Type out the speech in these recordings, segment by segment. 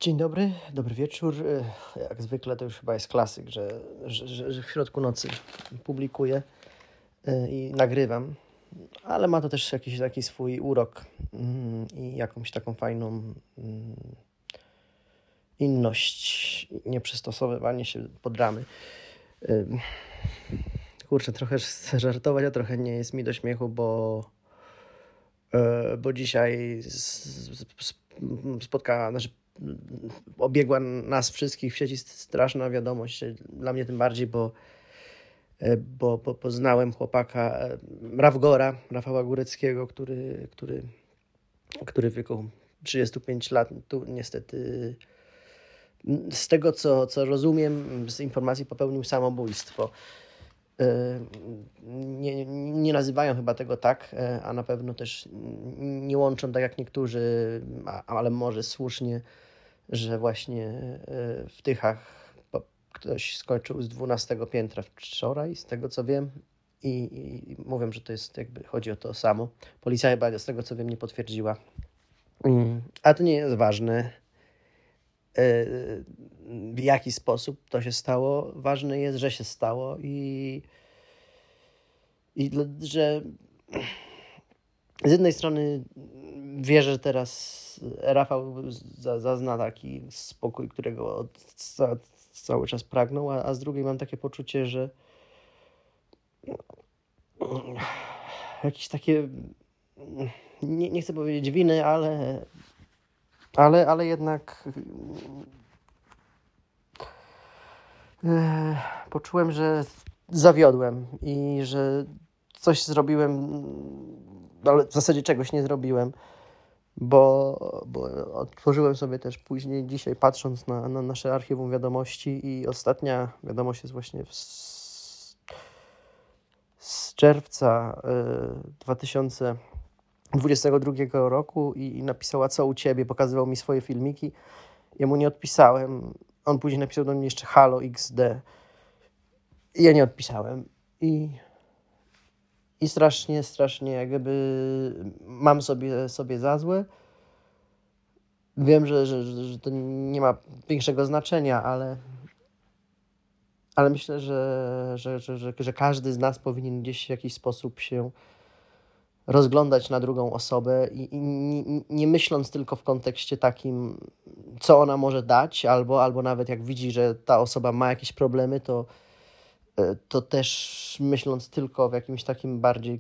Dzień dobry, dobry wieczór. Jak zwykle to już chyba jest klasyk, że w środku nocy publikuję i nagrywam, ale ma to też jakiś taki swój urok i jakąś taką fajną inność, nieprzystosowywanie się pod ramy. Kurczę, trochę chcę żartować, a trochę nie jest mi do śmiechu, bo dzisiaj obiegła nas wszystkich w sieci straszna wiadomość, dla mnie tym bardziej, bo poznałem chłopaka Rafała Góreckiego, który w wieku 35 lat tu niestety, z tego co rozumiem, z informacji popełnił samobójstwo. Nie nazywają chyba tego tak, a na pewno też nie łączą tak jak niektórzy, ale może słusznie, że właśnie w Tychach ktoś skończył z 12 piętra wczoraj, z tego co wiem, i mówią, że to jest jakby chodzi o to samo. Policja chyba z tego co wiem nie potwierdziła. A to nie jest ważne, w jaki sposób to się stało. Ważne jest, że się stało i że z jednej strony wierzę, że teraz Rafał zazna taki spokój, którego cały czas pragnął, a z drugiej mam takie poczucie, że jakieś takie, nie chcę powiedzieć winy, ale jednak poczułem, że zawiodłem i że coś zrobiłem, ale w zasadzie czegoś nie zrobiłem, bo otworzyłem sobie też później dzisiaj, patrząc na nasze archiwum wiadomości, i ostatnia wiadomość jest właśnie z czerwca 2022 roku i napisała: co u ciebie, pokazywał mi swoje filmiki, ja mu nie odpisałem, on później napisał do mnie jeszcze halo XD, ja nie odpisałem i strasznie jakby mam sobie za złe. Wiem, że to nie ma większego znaczenia, ale myślę, że każdy z nas powinien gdzieś w jakiś sposób się rozglądać na drugą osobę i nie myśląc tylko w kontekście takim, co ona może dać, albo nawet jak widzi, że ta osoba ma jakieś problemy, to też myśląc tylko w jakimś takim bardziej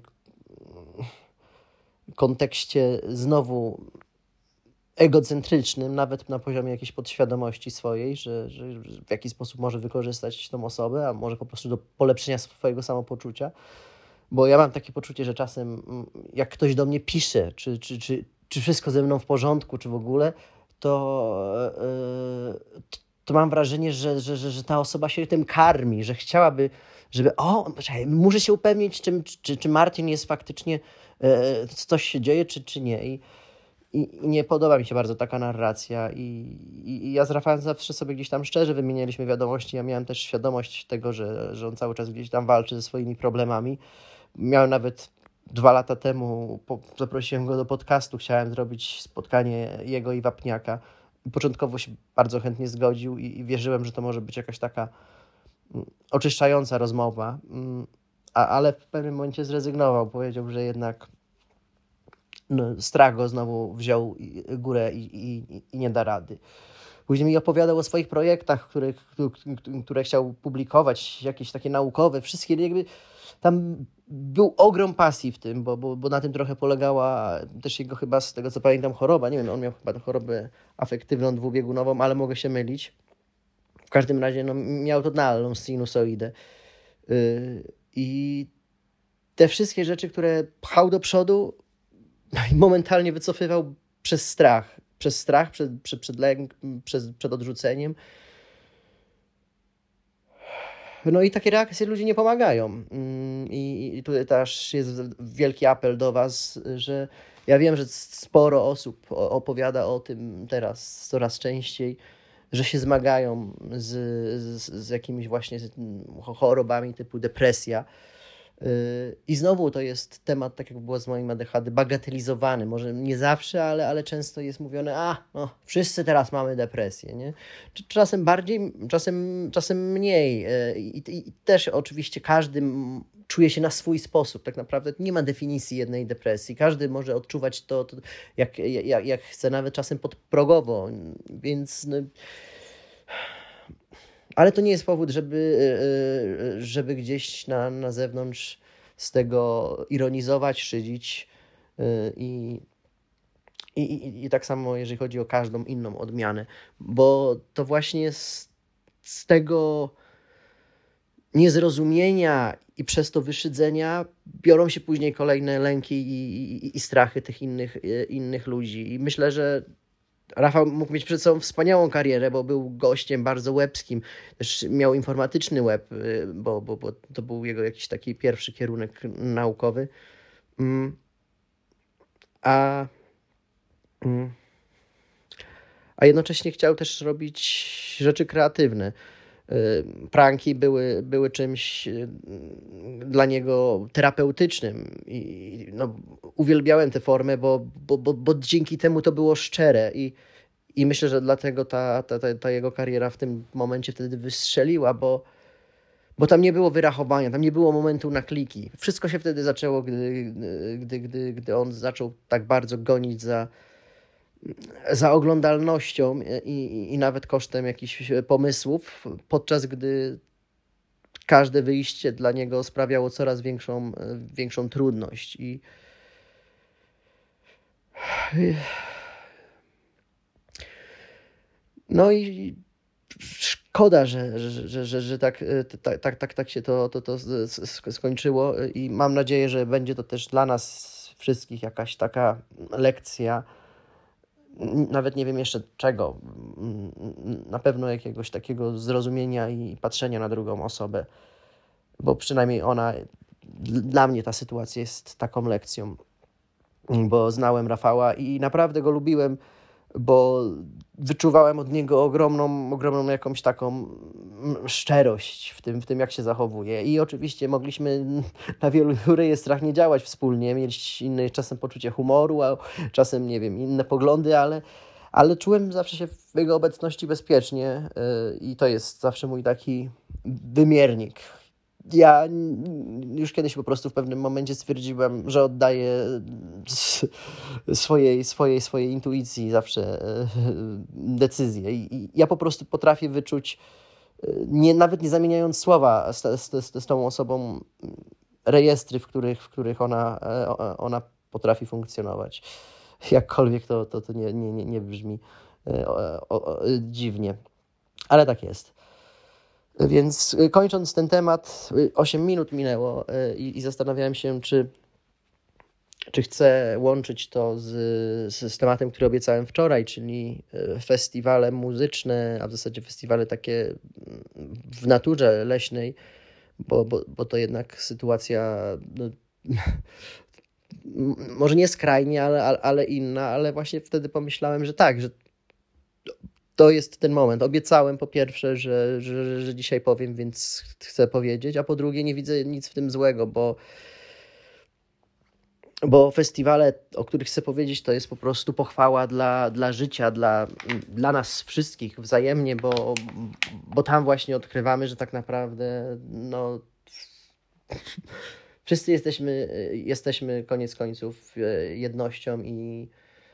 kontekście znowu egocentrycznym, nawet na poziomie jakiejś podświadomości swojej, że w jaki sposób może wykorzystać tą osobę, a może po prostu do polepszenia swojego samopoczucia. Bo ja mam takie poczucie, że czasem jak ktoś do mnie pisze, czy wszystko ze mną w porządku, czy w ogóle, to mam wrażenie, że ta osoba się tym karmi, że chciałaby, żeby muszę się upewnić, czy Martin jest faktycznie, coś się dzieje, czy nie. I nie podoba mi się bardzo taka narracja i ja z Rafałem zawsze sobie gdzieś tam szczerze wymienialiśmy wiadomości. Ja miałem też świadomość tego, że on cały czas gdzieś tam walczy ze swoimi problemami. Miałem nawet 2 lata temu, zaprosiłem go do podcastu, chciałem zrobić spotkanie jego i Wapniaka. Początkowo się bardzo chętnie zgodził i wierzyłem, że to może być jakaś taka oczyszczająca rozmowa, ale w pewnym momencie zrezygnował. Powiedział, że jednak strach go znowu wziął górę i nie da rady. Później mi opowiadał o swoich projektach, które chciał publikować, jakieś takie naukowe, wszystkie jakby tam był ogrom pasji w tym, bo na tym trochę polegała też jego chyba, z tego co pamiętam, choroba. Nie wiem, on miał chyba chorobę afektywną dwubiegunową, ale mogę się mylić. W każdym razie miał totalną sinusoidę. I te wszystkie rzeczy, które pchał do przodu, momentalnie wycofywał przez strach, przed lęk, przed odrzuceniem. No i takie reakcje ludzi nie pomagają. I tutaj też jest wielki apel do was, że ja wiem, że sporo osób opowiada o tym teraz coraz częściej, że się zmagają z jakimiś właśnie chorobami typu depresja. I znowu to jest temat, tak jak było z moim ADHD, bagatelizowany. Może nie zawsze, ale często jest mówione, wszyscy teraz mamy depresję, nie? Czasem bardziej, czasem mniej. I też oczywiście każdy czuje się na swój sposób. Tak naprawdę nie ma definicji jednej depresji. Każdy może odczuwać to jak chce, nawet czasem podprogowo. Więc... Ale to nie jest powód, żeby gdzieś na zewnątrz z tego ironizować, szydzić. I tak samo, jeżeli chodzi o każdą inną odmianę. Bo to właśnie z tego niezrozumienia i przez to wyszydzenia biorą się później kolejne lęki i strachy tych innych ludzi. I myślę, że Rafał mógł mieć przed sobą wspaniałą karierę, bo był gościem bardzo łebskim. Też miał informatyczny łeb, bo to był jego jakiś taki pierwszy kierunek naukowy. A jednocześnie chciał też robić rzeczy kreatywne. Pranki były czymś dla niego terapeutycznym i uwielbiałem tę formę, bo dzięki temu to było szczere i myślę, że dlatego ta jego kariera w tym momencie wtedy wystrzeliła, bo tam nie było wyrachowania, tam nie było momentu na kliki. Wszystko się wtedy zaczęło, gdy on zaczął tak bardzo gonić za oglądalnością i nawet kosztem jakichś pomysłów, podczas gdy każde wyjście dla niego sprawiało coraz większą trudność. No i szkoda, że tak się to skończyło i mam nadzieję, że będzie to też dla nas wszystkich jakaś taka lekcja. Nawet nie wiem jeszcze czego, na pewno jakiegoś takiego zrozumienia i patrzenia na drugą osobę, bo przynajmniej dla mnie ta sytuacja jest taką lekcją, bo znałem Rafała i naprawdę go lubiłem, bo wyczuwałem od niego ogromną jakąś taką szczerość w tym, jak się zachowuje. I oczywiście mogliśmy na wielu rejestrach nie działać wspólnie, mieć inne czasem poczucie humoru, a czasem, nie wiem, inne poglądy, ale czułem zawsze się w jego obecności bezpiecznie i to jest zawsze mój taki wymiernik. Ja już kiedyś po prostu w pewnym momencie stwierdziłem, że oddaję swojej intuicji zawsze decyzję. I ja po prostu potrafię wyczuć, nawet nie zamieniając słowa z tą osobą, rejestry, w których ona potrafi funkcjonować. Jakkolwiek to nie brzmi dziwnie. Ale tak jest. Więc kończąc ten temat, 8 minut minęło i zastanawiałem się, czy chcę łączyć to z tematem, który obiecałem wczoraj, czyli festiwale muzyczne, a w zasadzie festiwale takie w naturze leśnej, bo to jednak sytuacja może nie skrajnie, ale inna, ale właśnie wtedy pomyślałem, że tak, że to jest ten moment. Obiecałem po pierwsze, że dzisiaj powiem, więc chcę powiedzieć, a po drugie nie widzę nic w tym złego, bo festiwale, o których chcę powiedzieć, to jest po prostu pochwała dla życia, dla nas wszystkich wzajemnie, bo tam właśnie odkrywamy, że tak naprawdę wszyscy jesteśmy koniec końców jednością i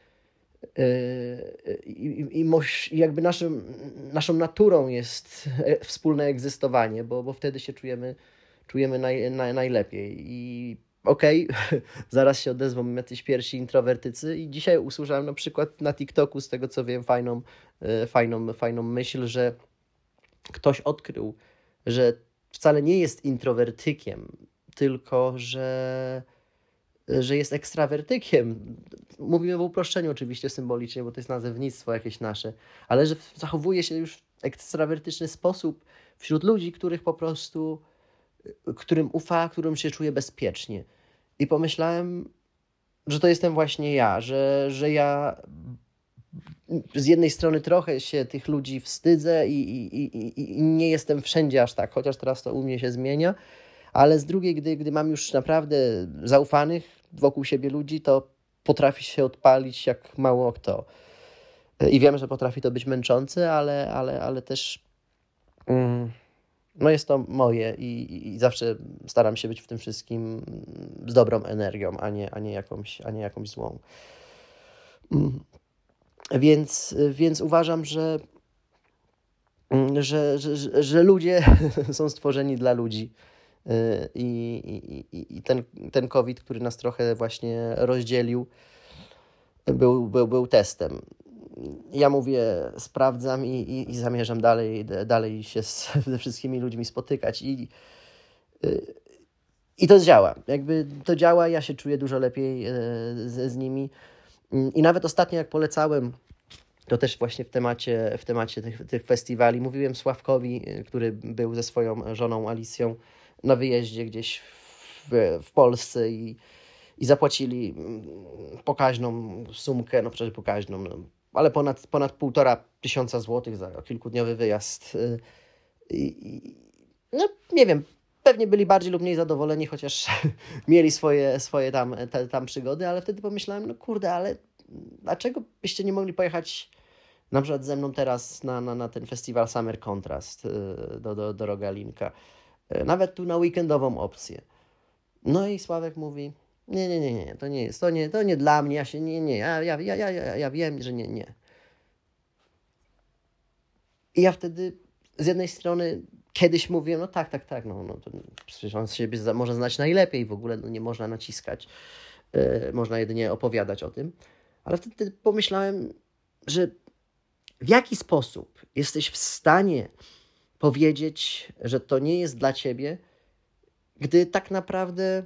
jakby naszą naturą jest wspólne egzystowanie, bo wtedy się czujemy najlepiej. I okej, zaraz się odezwą jacyś pierwsi introwertycy i dzisiaj usłyszałem na przykład na TikToku, z tego co wiem, fajną myśl, że ktoś odkrył, że wcale nie jest introwertykiem, tylko że jest ekstrawertykiem. Mówimy w uproszczeniu oczywiście symbolicznie, bo to jest nazewnictwo jakieś nasze, ale że zachowuje się już w ekstrawertyczny sposób wśród ludzi, którym ufa, którym się czuje bezpiecznie. I pomyślałem, że to jestem właśnie ja, że ja z jednej strony trochę się tych ludzi wstydzę i nie jestem wszędzie aż tak, chociaż teraz to u mnie się zmienia, ale z drugiej, gdy mam już naprawdę zaufanych wokół siebie ludzi, to potrafi się odpalić jak mało kto. I wiem, że potrafi to być męczące, ale też no jest to moje i zawsze staram się być w tym wszystkim z dobrą energią, a nie jakąś złą. Więc uważam, że ludzie są stworzeni dla ludzi. I ten COVID, który nas trochę właśnie rozdzielił, był testem. Ja mówię, sprawdzam i zamierzam dalej się ze wszystkimi ludźmi spotykać i to działa. Jakby to działa, ja się czuję dużo lepiej z nimi. I nawet ostatnio, jak polecałem, to też właśnie w temacie tych festiwali, mówiłem Sławkowi, który był ze swoją żoną Alicją na wyjeździe gdzieś w Polsce i zapłacili pokaźną sumkę, no przecież pokaźną, no, ale ponad 1500 złotych za kilkudniowy wyjazd. No nie wiem, pewnie byli bardziej lub mniej zadowoleni, chociaż mieli swoje tam przygody, ale wtedy pomyślałem, no kurde, ale dlaczego byście nie mogli pojechać na przykład ze mną teraz na ten festiwal Summer Contrast do Rogalinka, nawet tu na weekendową opcję. No i Sławek mówi, nie, to nie jest, to nie dla mnie, ja wiem, że nie. I ja wtedy z jednej strony kiedyś mówiłem, no tak, no to przecież on siebie może znać najlepiej, w ogóle no nie można naciskać, można jedynie opowiadać o tym, ale wtedy pomyślałem, że w jaki sposób jesteś w stanie powiedzieć, że to nie jest dla ciebie, gdy tak naprawdę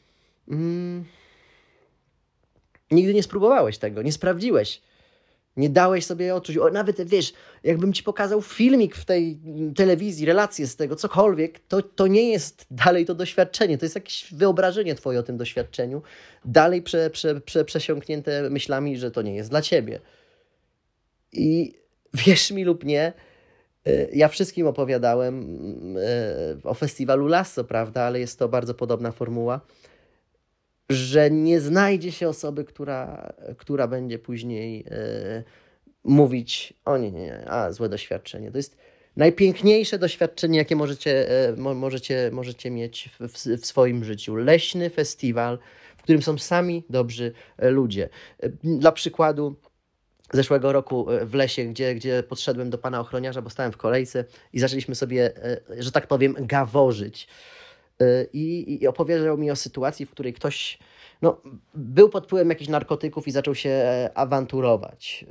nigdy nie spróbowałeś tego, nie sprawdziłeś, nie dałeś sobie odczuć. Nawet wiesz, jakbym ci pokazał filmik w tej telewizji, relację z tego, cokolwiek, to nie jest dalej to doświadczenie, to jest jakieś wyobrażenie twoje o tym doświadczeniu, dalej przesiąknięte myślami, że to nie jest dla ciebie. I wierz mi lub nie, ja wszystkim opowiadałem o festiwalu Lasso, prawda, ale jest to bardzo podobna formuła, że nie znajdzie się osoby, która będzie później mówić, o nie, złe doświadczenie. To jest najpiękniejsze doświadczenie, jakie możecie mieć w swoim życiu. Leśny festiwal, w którym są sami dobrzy ludzie. Dla przykładu, zeszłego roku w lesie, gdzie podszedłem do pana ochroniarza, bo stałem w kolejce i zaczęliśmy sobie, że tak powiem, gaworzyć. I opowiedział mi o sytuacji, w której ktoś był pod wpływem jakichś narkotyków i zaczął się awanturować.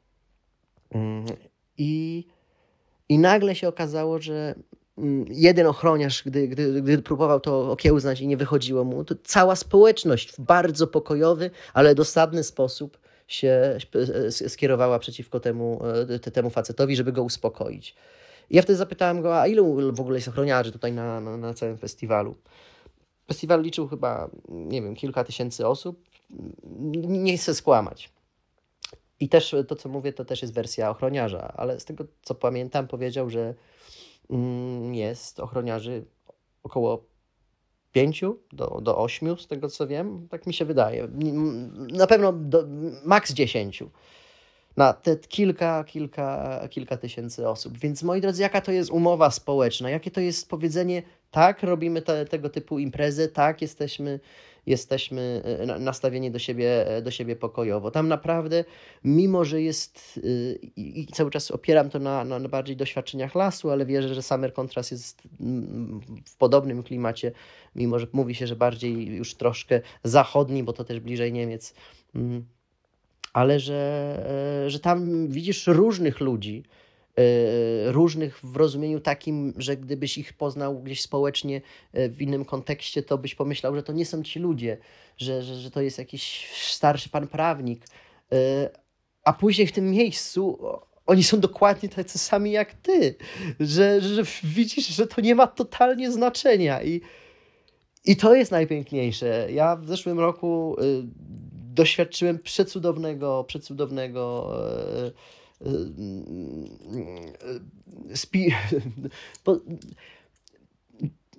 I nagle się okazało, że jeden ochroniarz, gdy próbował to okiełznać i nie wychodziło mu, to cała społeczność w bardzo pokojowy, ale dosadny sposób się skierowała przeciwko temu facetowi, żeby go uspokoić. I ja wtedy zapytałem go, a ilu w ogóle jest ochroniarzy tutaj na całym festiwalu? Festiwal liczył chyba, nie wiem, kilka tysięcy osób. Nie chcę skłamać. I też to, co mówię, to też jest wersja ochroniarza, ale z tego, co pamiętam, powiedział, że jest ochroniarzy około 5 do 8, z tego co wiem, tak mi się wydaje. Na pewno maks 10 na te kilka tysięcy osób. Więc moi drodzy, jaka to jest umowa społeczna? Jakie to jest powiedzenie, tak, robimy tego typu imprezy, tak, jesteśmy nastawieni do siebie pokojowo. Tam naprawdę, mimo że jest, i cały czas opieram to na bardziej doświadczeniach lasu, ale wierzę, że Summer Contrast jest w podobnym klimacie, mimo że mówi się, że bardziej już troszkę zachodni, bo to też bliżej Niemiec, ale że tam widzisz różnych ludzi, różnych w rozumieniu takim, że gdybyś ich poznał gdzieś społecznie w innym kontekście, to byś pomyślał, że to nie są ci ludzie, że to jest jakiś starszy pan prawnik, a później w tym miejscu oni są dokładnie tacy sami jak ty, że widzisz, że to nie ma totalnie znaczenia i to jest najpiękniejsze. Ja w zeszłym roku doświadczyłem przecudownego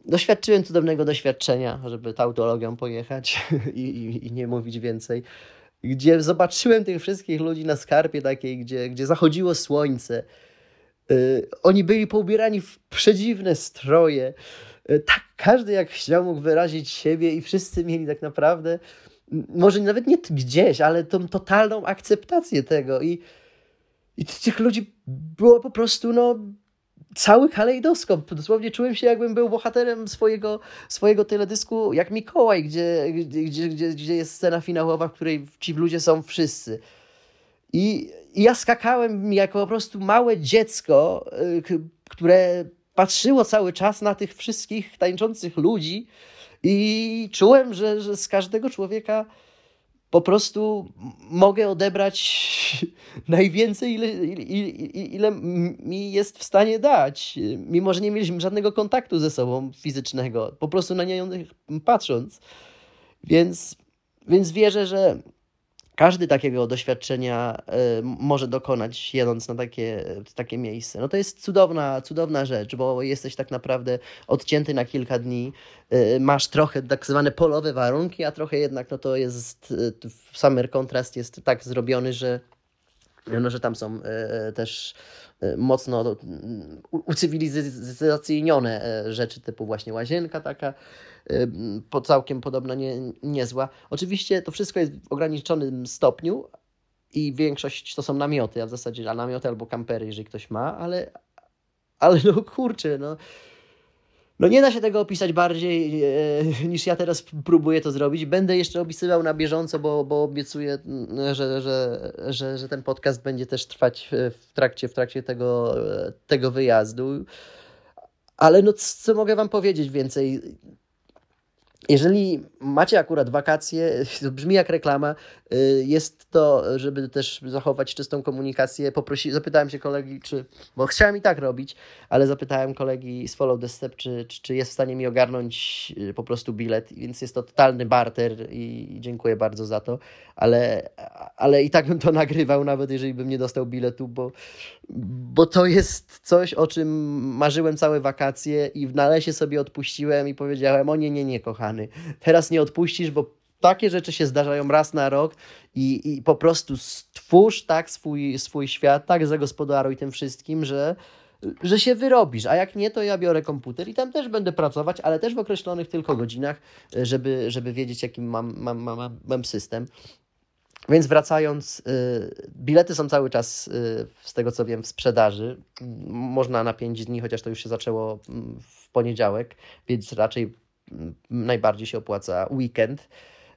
doświadczyłem cudownego doświadczenia, żeby tautologią pojechać i nie mówić więcej, gdzie zobaczyłem tych wszystkich ludzi na skarpie takiej, gdzie zachodziło słońce. Oni byli poubierani w przedziwne stroje. Tak, każdy jak chciał mógł wyrazić siebie i wszyscy mieli tak naprawdę, może nawet nie gdzieś, ale tą totalną akceptację tego. I tych ludzi było po prostu cały kalejdoskop. Dosłownie czułem się, jakbym był bohaterem swojego teledysku, jak Mikołaj, gdzie jest scena finałowa, w której ci ludzie są wszyscy. I ja skakałem jako po prostu małe dziecko, które patrzyło cały czas na tych wszystkich tańczących ludzi i czułem, że z każdego człowieka po prostu mogę odebrać najwięcej, ile mi jest w stanie dać. Mimo że nie mieliśmy żadnego kontaktu ze sobą fizycznego, po prostu na nie patrząc. Więc wierzę, że każdy takiego doświadczenia może dokonać, jedąc na takie miejsce. No to jest cudowna rzecz, bo jesteś tak naprawdę odcięty na kilka dni, masz trochę tak zwane polowe warunki, a trochę jednak to jest, Summer Contrast jest tak zrobiony, że tam są też mocno ucywilizacyjnione rzeczy typu właśnie łazienka taka, całkiem podobno niezła. Oczywiście to wszystko jest w ograniczonym stopniu i większość to są namioty, a w zasadzie namioty albo kampery, jeżeli ktoś ma, ale kurczę, nie da się tego opisać bardziej niż ja teraz próbuję to zrobić. Będę jeszcze opisywał na bieżąco, bo obiecuję, że ten podcast będzie też trwać w trakcie tego wyjazdu. Ale co mogę wam powiedzieć więcej? Jeżeli macie akurat wakacje, to brzmi jak reklama, jest to, żeby też zachować czystą komunikację, zapytałem się kolegi, bo chciałem i tak robić, ale zapytałem kolegi z Follow the Step, czy jest w stanie mi ogarnąć po prostu bilet, więc jest to totalny barter i dziękuję bardzo za to, ale i tak bym to nagrywał, nawet jeżeli bym nie dostał biletu, bo to jest coś, o czym marzyłem całe wakacje i na lesie sobie odpuściłem i powiedziałem, o nie, kochany, teraz nie odpuścisz, bo takie rzeczy się zdarzają raz na rok i po prostu stwórz tak swój świat, tak zagospodaruj tym wszystkim, że się wyrobisz, a jak nie, to ja biorę komputer i tam też będę pracować, ale też w określonych tylko godzinach, żeby wiedzieć, jaki mam system. Więc wracając, bilety są cały czas, z tego co wiem, w sprzedaży. Można na 5 dni, chociaż to już się zaczęło w poniedziałek, więc raczej najbardziej się opłaca weekend.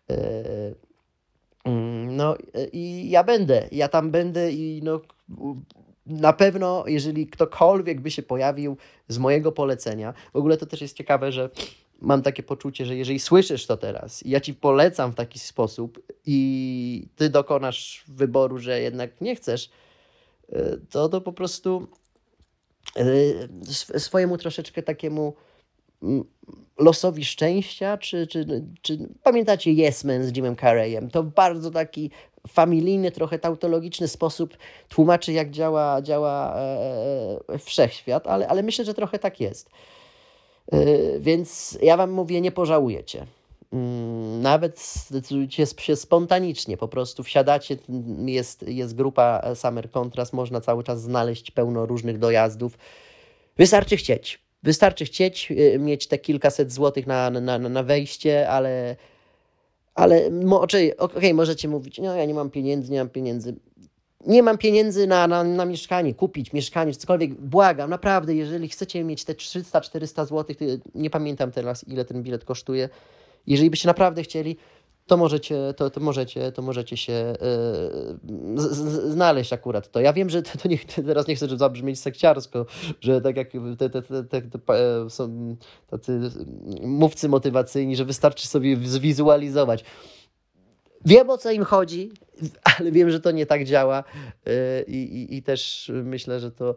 I ja tam będę i na pewno, jeżeli ktokolwiek by się pojawił z mojego polecenia, w ogóle to też jest ciekawe, że mam takie poczucie, że jeżeli słyszysz to teraz i ja ci polecam w taki sposób i ty dokonasz wyboru, że jednak nie chcesz, to po prostu swojemu troszeczkę takiemu losowi szczęścia, czy pamiętacie Yes Man z Jimem Carreyem? To w bardzo taki familijny, trochę tautologiczny sposób tłumaczy, jak działa wszechświat, ale myślę, że trochę tak jest. Więc ja wam mówię, nie pożałujecie. Nawet zdecydujcie się spontanicznie, po prostu wsiadacie, jest grupa Summer Contrast, można cały czas znaleźć pełno różnych dojazdów. Wystarczy chcieć, mieć te kilkaset złotych na wejście, ale okej, możecie mówić, ja nie mam pieniędzy. Nie mam pieniędzy na mieszkanie, kupić mieszkanie, czy cokolwiek. Błagam, naprawdę, jeżeli chcecie mieć te 300-400 zł, nie pamiętam teraz, ile ten bilet kosztuje. Jeżeli byście naprawdę chcieli, to możecie się znaleźć akurat to. Ja wiem, że teraz nie chcę, żeby zabrzmieć sekciarsko, że tak jak są tacy mówcy motywacyjni, że wystarczy sobie zwizualizować. Wiem, o co im chodzi, ale wiem, że to nie tak działa i też myślę, że to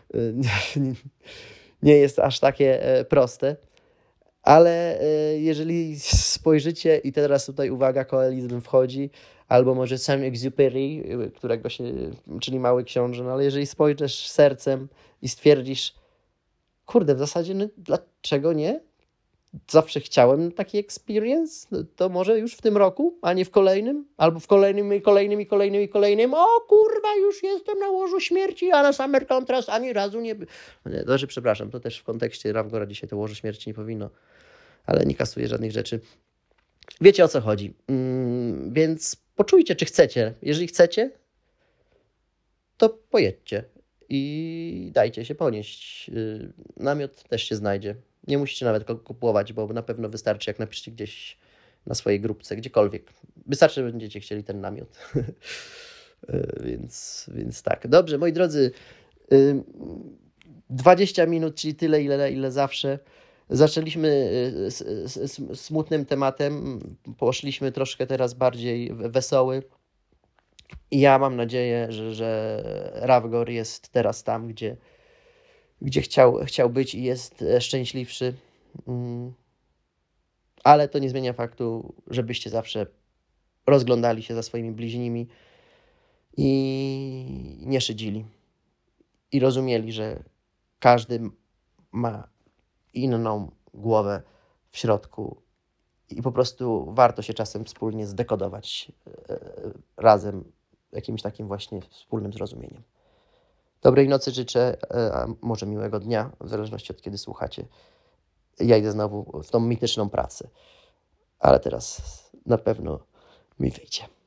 nie jest aż takie proste. Ale jeżeli spojrzycie, i teraz tutaj uwaga, koalizm wchodzi, albo może Saint-Exupéry, czyli Mały Książę, ale jeżeli spojrzysz sercem i stwierdzisz, kurde, w zasadzie dlaczego nie? zawsze chciałem taki experience, to może już w tym roku, a nie w kolejnym, albo w kolejnym i kolejnym i kolejnym i kolejnym. O kurwa, już jestem na łożu śmierci, a na Summer Contrast ani razu nie... Nie, to, że przepraszam, to też w kontekście Ravgora dzisiaj to łoże śmierci nie powinno, ale nie kasuję żadnych rzeczy. Wiecie, o co chodzi. Więc poczujcie, czy chcecie. Jeżeli chcecie, to pojedźcie i dajcie się ponieść. Namiot też się znajdzie. Nie musicie nawet go kupować, bo na pewno wystarczy, jak napiszecie gdzieś na swojej grupce, gdziekolwiek. Wystarczy, że będziecie chcieli ten namiot. Więc tak. Dobrze, moi drodzy, 20 minut, czyli tyle, ile zawsze. Zaczęliśmy smutnym tematem, poszliśmy troszkę teraz bardziej wesoły. I ja mam nadzieję, że Ravgor jest teraz tam, gdzie chciał być i jest szczęśliwszy. Ale to nie zmienia faktu, żebyście zawsze rozglądali się za swoimi bliźnimi i nie szydzili. I rozumieli, że każdy ma inną głowę w środku i po prostu warto się czasem wspólnie zdekodować razem jakimś takim właśnie wspólnym zrozumieniem. Dobrej nocy życzę, a może miłego dnia, w zależności od kiedy słuchacie. Ja idę znowu w tą mityczną pracę, ale teraz na pewno mi wyjdzie.